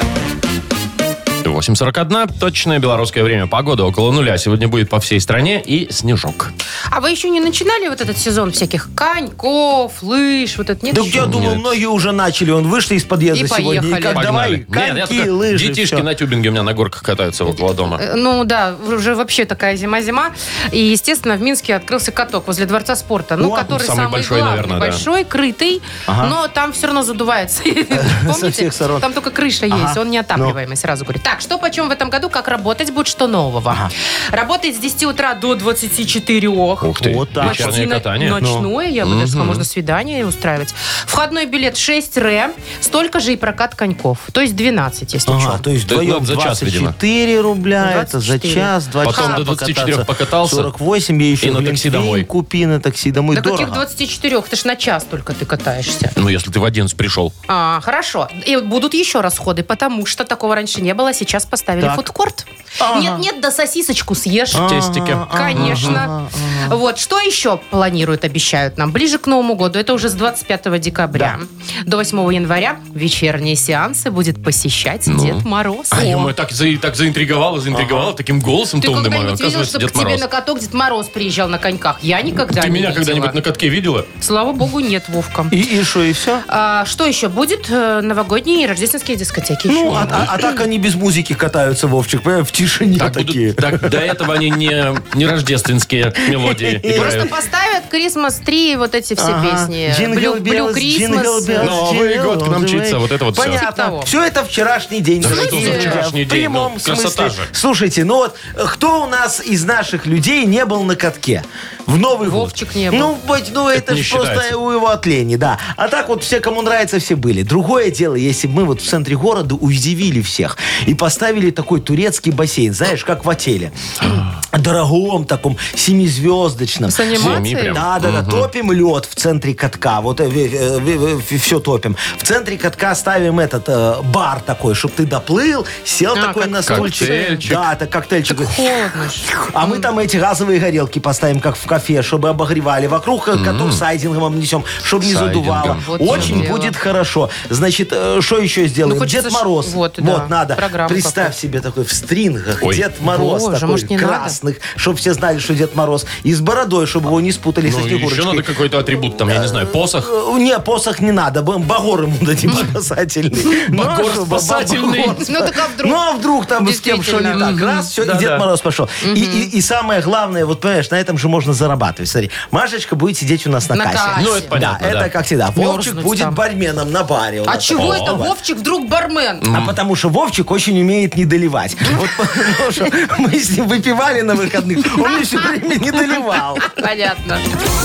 восемь сорок один, точное белорусское время. Погода около нуля. Сегодня будет по всей стране и снежок. А вы еще не начинали вот этот сезон всяких коньков, лыж, вот это нет? Да еще? я думаю, Нет. многие уже начали. Он вышли из подъезда И сегодня. поехали. И как Погнали. давай, Нет, я коньки, только- лыжи. детишки всё. на тюбинге у меня на горках катаются около дома. Э, Ну да, уже вообще такая зима-зима. И, естественно, в Минске открылся каток возле Дворца спорта. Ну, Ну, который самый самый, большой, главный, наверное, да. большой, крытый, но там все равно задувается. Помните? всех сторон. Там только крыша есть, Ага. он неотапливаемый, сразу говорю. Так, что почем в этом году, как работать будет, что нового? Работает с десяти утра до двадцати четырёх. Ух ты, Вот так. вечернее Почти на- катание. Ночное, я бы даже сказала, можно свидание устраивать. Входной билет шесть ре, столько же и прокат коньков. То есть двенадцать, если Ага, что. то есть Да, вдвоем ну, за час, двадцать четыре рубля, это за двадцать четыре. час, два Потом часа до двадцати четырёх покататься. покатался. сорок восемь, и еще И на глинтвейн такси домой. купи на такси домой. До каких Дорого. двадцати четырёх? Ты ж на час только ты катаешься. Ну, если ты в одиннадцать пришел. А, хорошо. И будут еще расходы, потому что такого раньше не было. Сейчас поставили Так. фудкорт. Ага. Нет, нет, да сосисочку съешь. Тестики. Конечно. Вот, что еще планируют, обещают нам? Ближе к Новому году, это уже с двадцать пятого декабря до восьмого января, вечерние сеансы будет посещать Ну. Дед Мороз. А я О. мой так, за, так заинтриговала, заинтриговала таким голосом Ты томным. когда-нибудь видела, Оказывается, чтобы Дед к тебе Мороз. на каток Дед Мороз приезжал на коньках? Я никогда Ты не меня видела. когда-нибудь на катке видела? Слава богу, нет, Вовка. И, и что, и все? А, что еще будет? Э, Новогодние и рождественские дискотеки еще. Ну, а, а- а так они без музыки катаются, Вовчик, понимаешь, в тишине Так будут- такие. так, до этого они не, не рождественские мелодии Просто играют. поставят Christmas Tree, вот эти все Ага. песни. Jingle Blue, Blue bells, jingle Christmas. bells, Новый jingle год к нам all the way. мчится, вот это вот всё. Типа Понятно. того. Все это вчерашний день, Да дорогие что за друзья. вчерашний В день? прямом Ну, красота смысле. же. Слушайте, ну вот, э, кто у нас из наших людей не был на катке? В Новый год. Вовчик не был. Ну, быть, ну это, не ж просто считается. у его от лени, да. А так вот все, кому нравится, все были. Другое дело, если бы мы вот в центре города удивили всех и поставили такой турецкий бассейн, знаешь, как в отеле. Дорогом таком, семизвездочном. С анимацией? Семи прям. Да, да, да. Топим лед в центре катка. Вот все топим. В центре катка ставим этот э, бар такой, чтобы ты доплыл, сел А, такой как на стульчик. коктейльчик. Да, это коктейльчик. Холодно ж. А мы там эти газовые горелки поставим, как в кафе, чтобы обогревали. Вокруг котов сайдингом несем, чтобы не Сайдингом. задувало. Вот Очень дело. будет хорошо. Значит, э, что еще сделаем? Ну, хочется Дед ж- Мороз. вот, да, надо. программу Представь какую-то. себе такой в стрингах. Ой. Дед Мороз Боже, такой, может, не надо? красных, чтобы все знали, что Дед Мороз. И с бородой, чтобы его не спутали Ну, со еще Снегурочкой. надо какой-то атрибут, там, я не знаю, посох. Э, Не, посох не надо. б- Багор ему дадим спасательный. Ну, а Багор что, ба- спасательный. багор. Ну, так а вдруг? Ну, а вдруг там с кем что не Действительно. так? Раз, все, и Да-да. Дед Мороз пошел. И, и- и самое главное, вот понимаешь, на этом же можно зарабатывать. Смотри, Машечка будет сидеть у нас на, На кассе. кассе. Ну, это понятно, Да, да. это как всегда. Вовчик Мерзнуть будет там. барменом на баре. у А нас. чего О. это Вовчик вдруг бармен? А потому что Вовчик очень умеет не доливать. Вот потому что мы с ним выпивали на выходных, он мне все время не доливал. Понятно.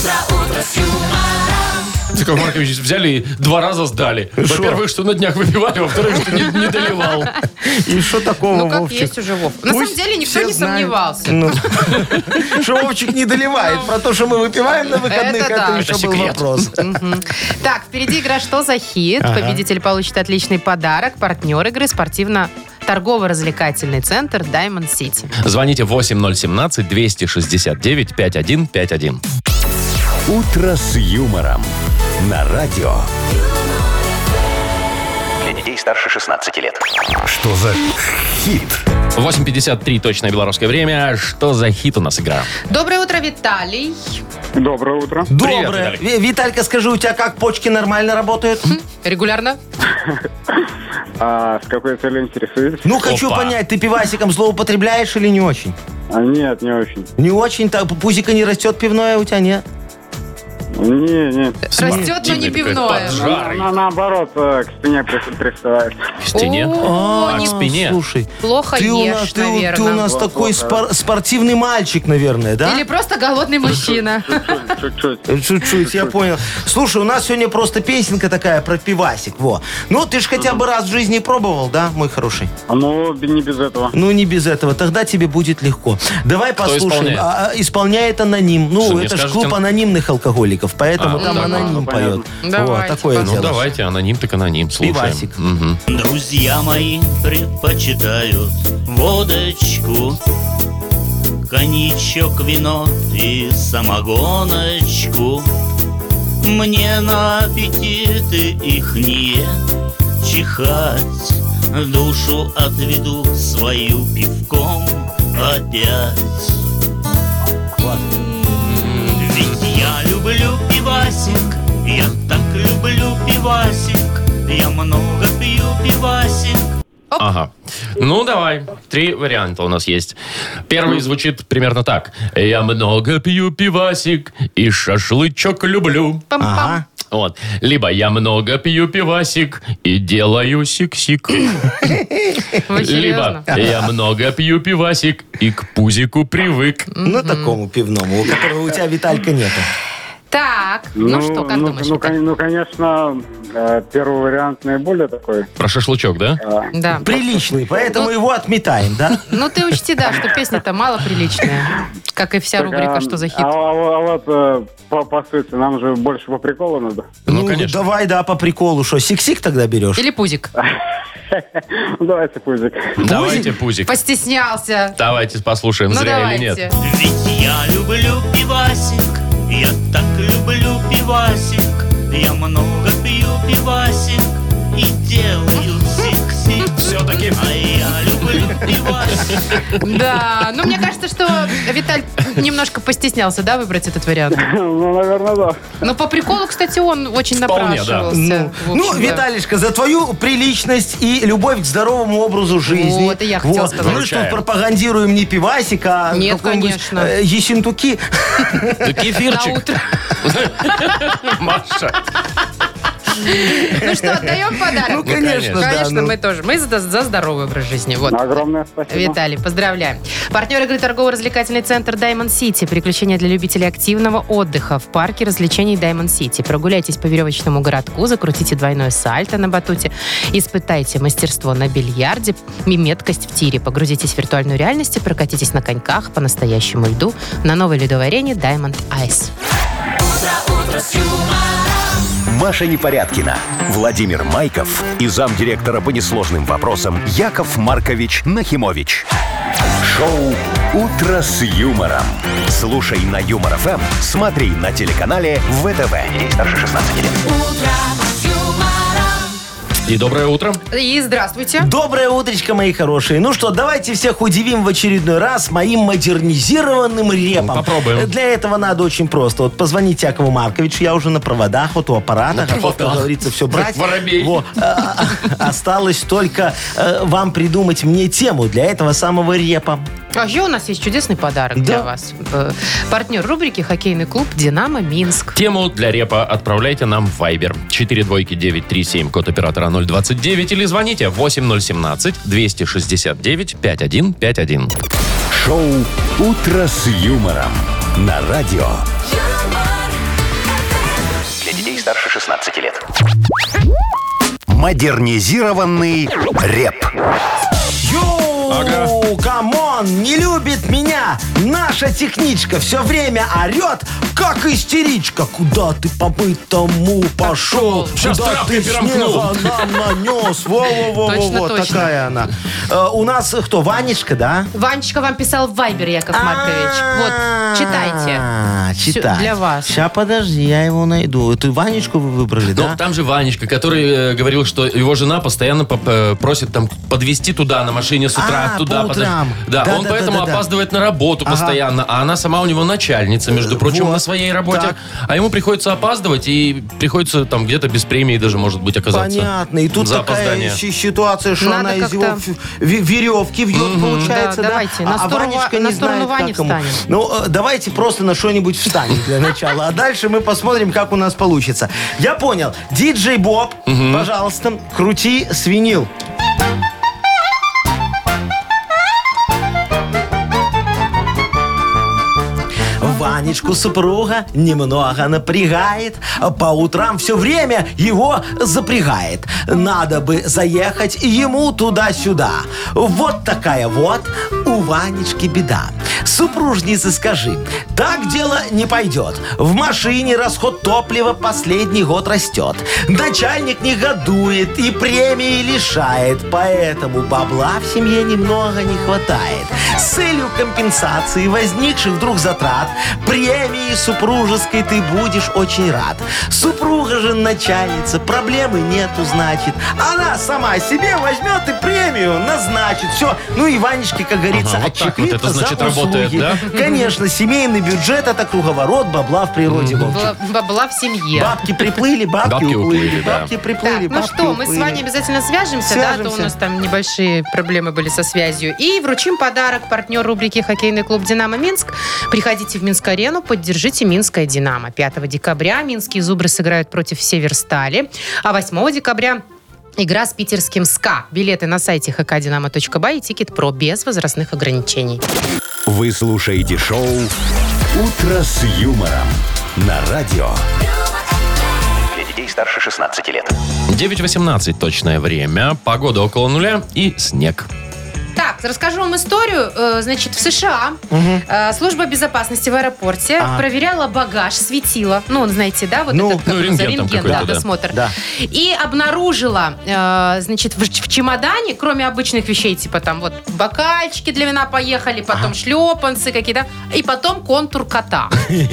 Яков Маркович взяли и два раза сдали. Во-первых, что на днях выпивали, во-вторых, что не, не доливал. И что такого, Ну, как Вовчик? есть уже, Вов. На самом Пусть деле никто все не знают. сомневался. Ну, что Вовчик не доливает. Про то, что мы выпиваем на выходных, Это это да. еще Это был секрет. вопрос. Мгм. Так, впереди игра «Что за хит?». Победитель получит отличный подарок. Партнер игры спортивно-торгово-развлекательный центр Diamond City. Звоните восемь ноль семнадцать двести шестьдесят девять пятьдесят один пятьдесят один. «Утро с юмором» на радио. Для детей старше шестнадцати лет. Что за хит? восемь пятьдесят три точное белорусское время. Что за хит у нас игра? Доброе утро, Виталий. Доброе утро. Привет, Доброе. Виталик. Ви- Виталька, скажи, у тебя как почки нормально работают? Регулярно? А с какой целью интересуетесь? Ну, хочу Опа. понять, ты пивасиком злоупотребляешь или не очень? А, нет, не очень. Не очень, так пузико не растет пивное у тебя, нет? Не, не. Растет, но не Спортивный пивное. такой поджарый. На, наоборот, э, к спине при- приставает. К стене? О, А, к не- спине. Слушай, Плохо ты у ешь, нас, ты, у- наверное. ты у нас Плохо, такой плохо. спор- спортивный мальчик, наверное, да? Или просто голодный мужчина. Чуть-чуть. Э, Чуть-чуть, я понял. Слушай, у нас сегодня просто песенка такая про пивасик, во. Ну, ты ж хотя бы раз в жизни пробовал, да, мой хороший? А ну, б- не без этого. Ну, не без этого. Тогда тебе будет легко. Давай послушаем. исполняет? А, а, исполняет аноним. Что, Ну, не это ж скажете? клуб анонимных алкоголиков, поэтому А, там ну, аноним да, поет. понятно. Вот, Давайте, такое Ну, дело. давайте, аноним так аноним. Слушаем. Пивасик. Мгм. Друзья мои предпочитают водочку, коньячок, вино и самогоночку. Мне на аппетиты ихние чихать, душу отведу свою пивком опять. Ведь я люблю пивасик, я так люблю пивасик, я много пью пивасик. Ага. Ну, давай. Три варианта у нас есть. Первый звучит примерно так. Я много пью пивасик и шашлычок люблю. Пам-пам. Ага. Вот. Либо я много пью пивасик и делаю сик-сик. Вы Либо серьезно? я много пью пивасик и к пузику привык. Ну, такому пивному, у которого у тебя, Виталька, нету. Так, ну что, как ну, думаешь, ну, Виталий? кон- ну, конечно, э, первый вариант наиболее такой. Про шашлычок, да? а, Да. Приличный, поэтому его отметаем, да? Ну, ты учти, да, что песня-то мало приличная. Как и вся так, рубрика а, «Что за хит?». А, а- а вот э, по, по сути, нам же больше по приколу надо. Ну, конечно. давай, да, по приколу. Что, сик-сик тогда берешь? Или пузик. Ну, давайте пузик. Давайте пузик. Постеснялся. Давайте послушаем, Ну, зря или давайте. нет. Ведь я люблю пивасик, я так люблю пивасик, я много пью пивасик и делаю сик-сик. Все-таки. А я люблю пивасик. Да, ну мне кажется, что Виталь немножко постеснялся, да, выбрать этот вариант. Ну, наверное, да. Но по приколу, кстати, он очень Вполне, да. напрашивался. Ну, в ну, общем, да. Виталишка, за твою приличность и любовь к здоровому образу жизни. Вот, и я хотела сказать. Мы что, Вручаем. пропагандируем не пивасик, а Нет, какой-нибудь, конечно. э, ессентуки. Да На кефирчик, утро. Маша. Ну что, отдаем подарок? Ну, конечно, да. Конечно, ну. мы тоже. Мы за, за здоровый образ жизни. Вот. Огромное спасибо. Виталий, поздравляем. Партнер игры торгово-развлекательный центр Diamond City. Приключения для любителей активного отдыха в парке развлечений Diamond City. Прогуляйтесь по веревочному городку, закрутите двойное сальто на батуте, испытайте мастерство на бильярде и меткость в тире. Погрузитесь в виртуальную реальность и прокатитесь на коньках по настоящему льду на новой ледовой арене Diamond Ice. Маша Непорядкина, Владимир Майков и замдиректора по несложным вопросам Яков Маркович Нахимович. Шоу «Утро с юмором». Слушай на Юмор ФМ, смотри на телеканале ВТВ. Ей старше шестнадцати лет. И доброе утро. И здравствуйте. Доброе утречко, мои хорошие. Ну что, давайте всех удивим в очередной раз моим модернизированным репом. Попробуем. Для этого надо очень просто. Вот позвонить Якову Марковичу, я уже на проводах, вот у аппарата, готов, как говорится, все брать. Воробей. Во. А, а, Осталось только э, вам придумать мне тему для этого самого репа. А еще у нас есть чудесный подарок Да. для вас. Э, Партнер рубрики «Хоккейный клуб «Динамо Минск». Тему для репа отправляйте нам в Viber. четыре двойки девять три семь, код оператора ноль двадцать девять. Или звоните восемь ноль семнадцать двести шестьдесят девять пятьдесят один пятьдесят один. Шоу «Утро с юмором» на радио. Для детей старше шестнадцати лет. Модернизированный реп. Йоу, камон, не любит меня наша техничка. Все время орет, как истеричка. Куда ты по-бытому пошел? Сейчас Куда тряпкой ты перемкнул. снега нам нанес? Во-во-во-во, Точно, точно. такая она. Э, У нас кто, Ванечка, да? Ванечка вам писал в Вайбер, Яков Маркович. Вот, читайте. А, Всё читай. для вас. Сейчас, подожди, я его найду. Эту Ванечку вы выбрали, Ну, да? там же Ванечка, который э, говорил, что его жена постоянно поп- э, просит там подвезти туда на машине с утра, А, туда. по утрам. подож- Да, Да, он да, поэтому да, да, да. опаздывает на работу Ага. постоянно, а она сама у него начальница, между прочим, Вот. на своей работе. Так. А ему приходится опаздывать, и приходится там где-то без премии даже, может быть, оказаться. Понятно. И тут за такая опоздание. си- ситуация, что Надо она из как-то- его ф- ве- веревки вьет, получается, Да, да? давайте, на А- а сторону Ванечка Ва- на не сторону знает, Вани как ему. встанем. Ну, э, давайте просто на что-нибудь встанем для начала. А дальше мы посмотрим, как у нас получится. Я понял. Диджей Боб, пожалуйста, крути свинил. Ванечку супруга немного напрягает. По утрам все время его запрягает. Надо бы заехать ему туда-сюда. Вот такая вот у Ванечки беда. Супружнице скажи, так дело не пойдет. В машине расход топлива последний год растет. Начальник негодует и премии лишает. Поэтому бабла в семье немного не хватает. С целью компенсации возникших вдруг затрат премии супружеской ты будешь очень рад. Супруга же начальница, проблемы нету, значит. Она сама себе возьмет и премию назначит. Все. Ну и Ванечке, как говорится, Ага, вот так отчеклит вот это, за значит, работает, услуги. да? Конечно, семейный бюджет — это круговорот бабла в природе, Вовчик. Бла- Бабла в семье. Бабки приплыли, бабки, Бабки уплыли. уплыли, да. Бабки приплыли, Так, ну бабки что, мы с уплыли. вами обязательно свяжемся, да, а то у Свяжемся. нас там небольшие проблемы были со связью. И вручим подарок. Партнер рубрики «Хоккейный клуб «Динамо Минск». Приходите в Минск-арену, поддержите Минское «Динамо». пятого декабря минские «Зубры» сыграют против «Северстали», а восьмого декабря игра с питерским «СКА». Билеты на сайте эйч кей динамо точка бай и Тикет.Про без возрастных ограничений. Вы слушаете шоу «Утро с юмором» на радио. Для детей старше шестнадцати лет. девять восемнадцать точное время, погода около нуля и снег. Так, расскажу вам историю. Э, Значит, в США э, служба безопасности в аэропорте Ага. проверяла багаж, светила. Ну, знаете, да, вот Ну, этот как ну, он за рентген там рентген, какой-то, да, да. досмотр. Да. И обнаружила, э, значит, в, в чемодане, кроме обычных вещей, типа там вот бокальчики для вина поехали, потом шлепанцы какие-то, и потом контур кота.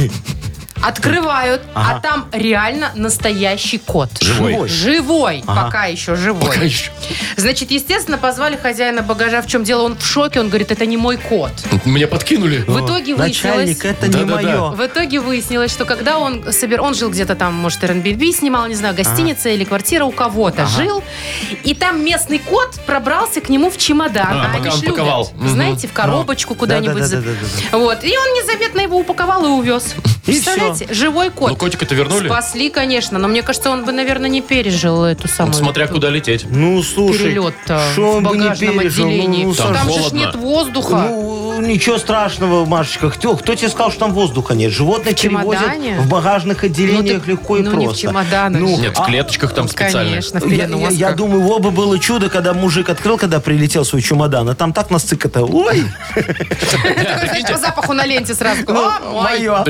Открывают, Ага. а там реально настоящий кот. Живой. Живой, Ага. пока еще живой. Пока еще. Значит, естественно, позвали хозяина багажа. В чем дело? Он в шоке. Он говорит, это не мой кот. Мне подкинули. В итоге выяснилось... Начальник, это не Да-да-да. мое. В итоге выяснилось, что когда он собир... Он жил где-то там, может, Airbnb снимал, не знаю, гостиница или квартира у кого-то жил. И там местный кот пробрался к нему в чемодан. А, они пока он ж любят, паковал. Мгм. знаете, в коробочку куда-нибудь. за- Да-да-да-да-да-да. Вот. И он незаметно его упаковал и увез. И Представляете? Живой кот. Ну, котика-то вернули? Спасли, конечно, но мне кажется, он бы, наверное, не пережил эту самую... Смотря куда лететь. Ну, слушай, перелет-то что в он бы не багажном пережил? отделении. Ну, ну, Там Там же ж холодно. нет воздуха. Ну, ничего страшного, Машечка. Кто, кто тебе сказал, что там воздуха нет? Животных В чемодане? перевозят в багажных отделениях Ну, легко и ну, просто. не в чемоданах. Нет, в а- клеточках там специальных. Конечно, в Я, я- переносках. я думаю, в оба было чудо, когда мужик открыл, когда прилетел свой чемодан, а там так насыка-то. Ой, Знаешь, по запаху на ленте сразу. О, мой. мое. Прикиньте, кот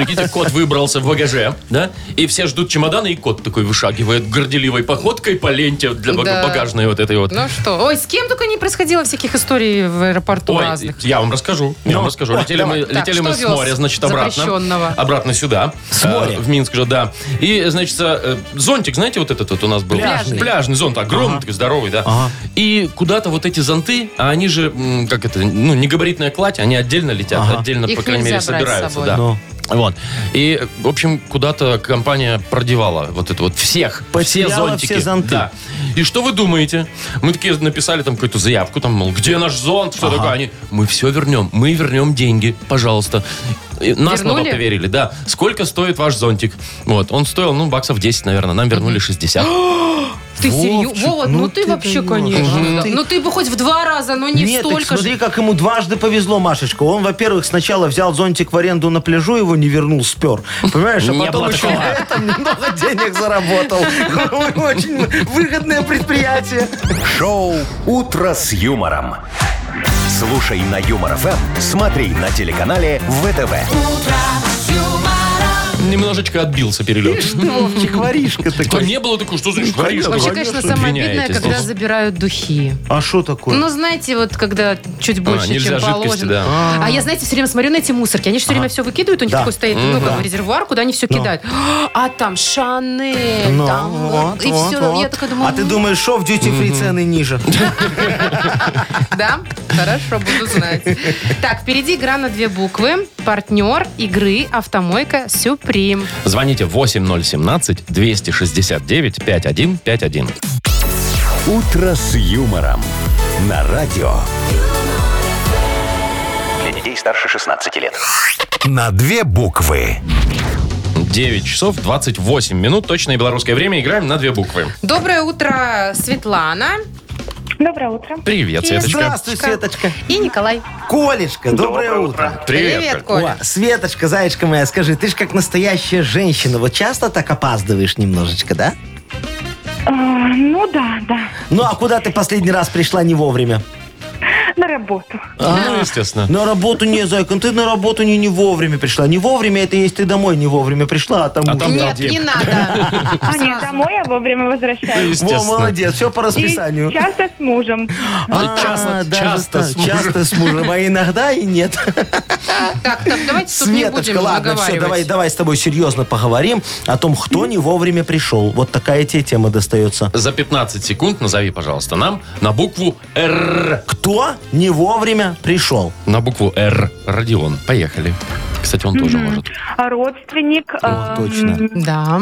вот выбрался в багаже, да, и все ждут чемоданы, и кот такой вышагивает горделивой походкой по ленте для бага- Да. багажной вот этой вот. Ну что? Ой, с кем только не происходило всяких историй в аэропорту Ой, разных. я вам расскажу. Я вам расскажу. ой, Летели давай. мы, Так, летели мы что с моря, вез значит, обратно. запрещенного? Обратно сюда. С э, моря? В Минск же, да. И, значит, э, зонтик, знаете, вот этот вот у нас был? Пляжный. Пляжный зонт, огромный, такой здоровый, да. Ага. И куда-то вот эти зонты, а они же, м, как это, ну, не габаритная кладь, они отдельно летят, Ага. отдельно, Их по крайней мере, нельзя брать с собираются. собой. Да. Ну. Вот. И, в общем, куда-то компания продевала вот это вот всех, все Потеряла зонтики. все зонты. Да. И что вы думаете? Мы такие написали там какую-то заявку, там, мол, где наш зонт? Что такое? Они, мы все вернем, мы вернем деньги, пожалуйста. И нас на Вернули? то верили, да. Сколько стоит ваш зонтик? Вот, он стоил, ну, баксов десять, наверное, нам вернули шестьдесят. Ты серьезно? Вовчик, Вова, ну, ну ты, ты вообще, даешь. конечно. Ну да. ты- Ну ты бы хоть в два раза, но не Нет, так столько смотри, же. как ему дважды повезло, Машечка. Он, во-первых, сначала взял зонтик в аренду на пляжу, его не вернул, спер. Понимаешь? А Не потом было еще такого. на этом немного денег заработал. Очень выгодное предприятие. Шоу «Утро с юмором». Слушай на Юмор ФМ, смотри на телеканале ВТВ. Немножечко отбился перелет. Ты, Вовчик, воришка Да такой. не было такого, что значит воришка? Вообще, конечно, самое обидное, Обвиняете когда здесь. забирают духи. А что такое? Ну, знаете, вот когда чуть больше, нельзя чем жидкости, положено. да. А я, знаете, все время смотрю на эти мусорки. Они же все время все выкидывают, у них Да. такой стоит ну, как бы резервуар, куда они все кидают. А там Шанель, Ну, там вот, и вот, все. вот. Я такая думаю, А ты думаешь, что в дьюти-фри цены ниже? да? Хорошо, буду знать. Так, впереди игра на две буквы. Партнер игры «Автомойка Сюприм». Звоните восемь ноль семнадцать двести шестьдесят девять пятьдесят один пятьдесят один. «Утро с юмором» на радио. Для детей старше шестнадцати лет. На две буквы. девять часов двадцать восемь минут. Точное белорусское время. Играем на две буквы. Доброе утро, Светлана. Доброе утро. Привет, И Светочка. Здравствуй, Светочка. И Николай. Колечка, доброе утро. Привет. Коля. О, Светочка, зайчка моя, скажи, ты ж как настоящая женщина, вот часто так опаздываешь немножечко, да? А, ну да, да. Ну, а куда ты последний раз пришла не вовремя? На работу. Ну, естественно. На работу не, зайка, ну ты на работу не, не вовремя пришла. Не вовремя, это если ты домой не вовремя пришла, а там... А муж там не Нет, один. не надо. А нет, домой я вовремя возвращаюсь. Во, Естественно. молодец, все по И расписанию. часто с мужем. А, часто- даже часто так, с мужем. часто с мужем, а иногда и нет. Так, так, давайте тут не Светочка, будем ладно, все, наговаривать. давай, давай с тобой серьезно поговорим о том, кто не вовремя пришел. Вот такая тебе тема достается. За пятнадцать секунд назови, пожалуйста, нам на букву Р. Кто не вовремя пришел? На букву Р. Родион. Поехали. Кстати, он тоже может. А родственник. О, эм, точно. Да.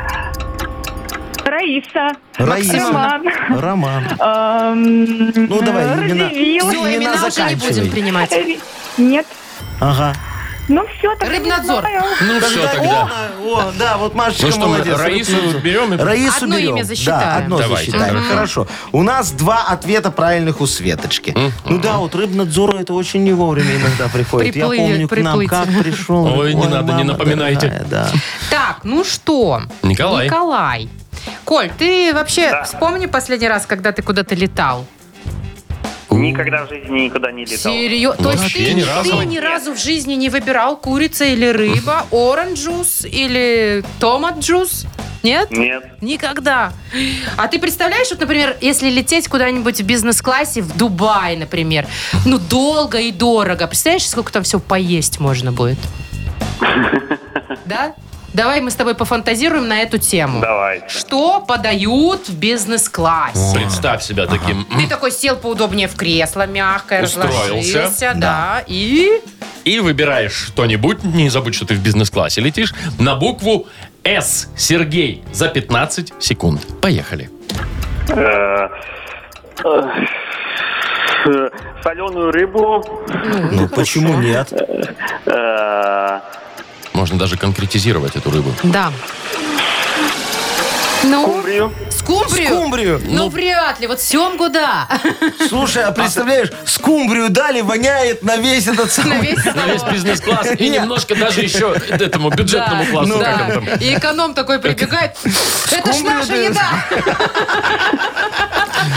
Раиса. Раиса. Роман. Роман. эм, Ну, давай, имена. Разъявил. Все, Имена имена уже не заканчивай. будем принимать. Э, Нет. Ага. Ну все, так Рыбнадзор. Ну, все Тогда- тогда. О, о, да, вот Машечка Ну что, мы молодец. Раису Рыбнадзор. берем и- Раису Одно берем. имя засчитаем. Да, одно Давайте. засчитаем. Мгм. Хорошо. У нас два ответа правильных у Светочки. Ну да, вот Рыбнадзору это очень не вовремя иногда приходит. Приплыли- Я помню, к нам приплыть. как пришел. Ой, не надо, не мама напоминайте. дорогая, да. Так, ну что? Николай. Николай. Коль, ты вообще вспомни последний раз, когда ты куда-то летал. Никогда в жизни никуда не летал. Серьезно? То есть Вообще ты, ни ты разу? ни разу в жизни не выбирал курица или рыба, оранж-джус или томат-джус? Нет? Нет. Никогда. А ты представляешь, вот, например, если лететь куда-нибудь в бизнес-классе, в Дубай, например, ну, долго и дорого. Представляешь, сколько там всего поесть можно будет? Да? Давай мы с тобой пофантазируем на эту тему. Давайте. Что подают в бизнес-классе? Представь себя таким. Ты такой сел поудобнее в кресло, мягкое, Устроился. разложился, да, и... И выбираешь что-нибудь, не забудь, что ты в бизнес-классе летишь, на букву С. Сергей. За пятнадцать секунд. Поехали. Э, э, Соленую рыбу. Ну почему нет? э, Можно даже конкретизировать эту рыбу. Да. Ну, Кумбрию. скумбрию? Скумбрию. Ну, вряд ли. Вот семгу, да. Слушай, а представляешь, скумбрию дали, воняет на весь этот На самый... весь На весь стол. бизнес-класс и Нет. немножко даже еще этому бюджетному Да, классу. да. как он там. И эконом такой прибегает. Это ж Скумбрию наша дают. еда.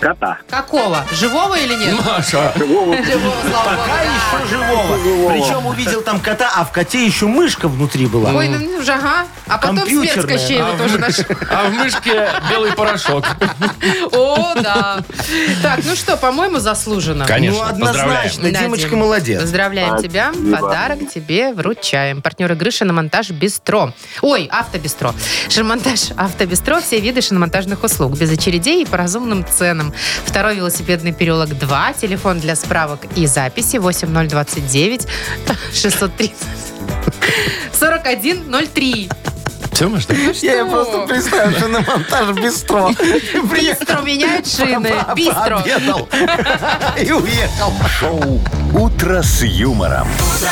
Кота. Какого? Живого или нет? Маша. Живого, слава богу. Пока еще живого. Причем увидел там кота, а в коте еще мышка внутри была. Ой, ну уже, ага. А потом свет с Компьютерная. Кощеева тоже нашел. А в мышке белый порошок. О, да. Так, ну что, по-моему, заслуженно. Конечно, Ну, однозначно. поздравляем. Да, Димочка Дим, молодец. Поздравляем Спасибо. тебя. Подарок тебе вручаем. Партнер игры «Шиномонтаж Бистро». Ой, «Автобистро». «Шиномонтаж Автобистро» — все виды шиномонтажных услуг. Без очередей и по разумным ценам. Второй велосипедный переулок два. Телефон для справок и записи восемь ноль двадцать девять шестьсот тридцать сорок один ноль три. Все, Маш, да? Я ее просто представил, что на монтаж бистро. Бистро меняют шины. Бистро. Пообедал и уехал. Шоу «Утро с юмором».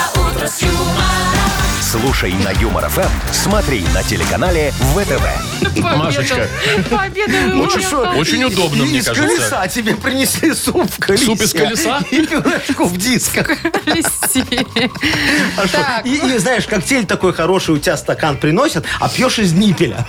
Слушай на Юмор ФМ, смотри на телеканале ВТВ. Машечка. Пообедал и Ну, уехал. что, Очень удобно, мне из кажется. колеса тебе принесли суп в колесе. Суп из колеса? И пюрешку в дисках. А что? Так. И, и знаешь, коктейль такой хороший, у тебя стакан приносят, а пьешь из ниппеля.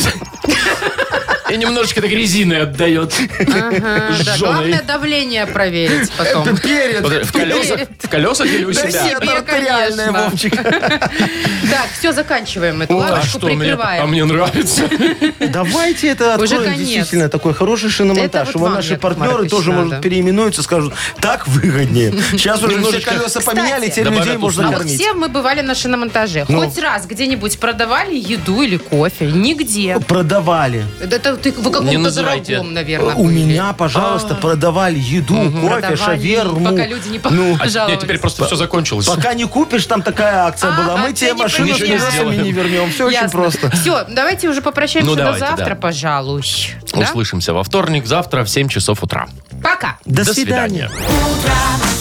И немножечко так резины отдает. Ага, да, Жжёный. главное давление проверить потом. Это перед. Вот В колесах, в колесах или у Да себя? нет, себе, артериальная, конечно. Вовчик. Так, все, заканчиваем эту А лавочку, что, мне, а прикрываем. мне нравится. Давайте это Уже откроем. конец. Действительно, такой хороший Это шиномонтаж. вот Его вам, наши Яков партнеры Маркович, тоже, надо. может, переименуются, скажут, так выгоднее. Сейчас уже все Немножечко. колеса Кстати, поменяли, теперь добавят людей можно А вот кормить. все мы бывали на шиномонтаже. Ну. Хоть раз где-нибудь продавали еду или кофе? Нигде. Продавали. Это, это ты в Не каком-то называйте. дорогом, наверное, У были. меня, пожалуйста, продавали еду, кофе, Продавали, шаверму. пока люди не Ну, А пожаловались. нет, теперь просто все закончилось. пока не купишь, там такая акция А, была. а Мы ты тебе не машину с Ничего не колесами сделаем. не вернем. Все очень просто. Все, давайте уже попрощаемся Ну, до давайте, завтра, да. пожалуй. Да? Услышимся во вторник, завтра в семь часов утра. Пока. До До свидания. свидания. Утро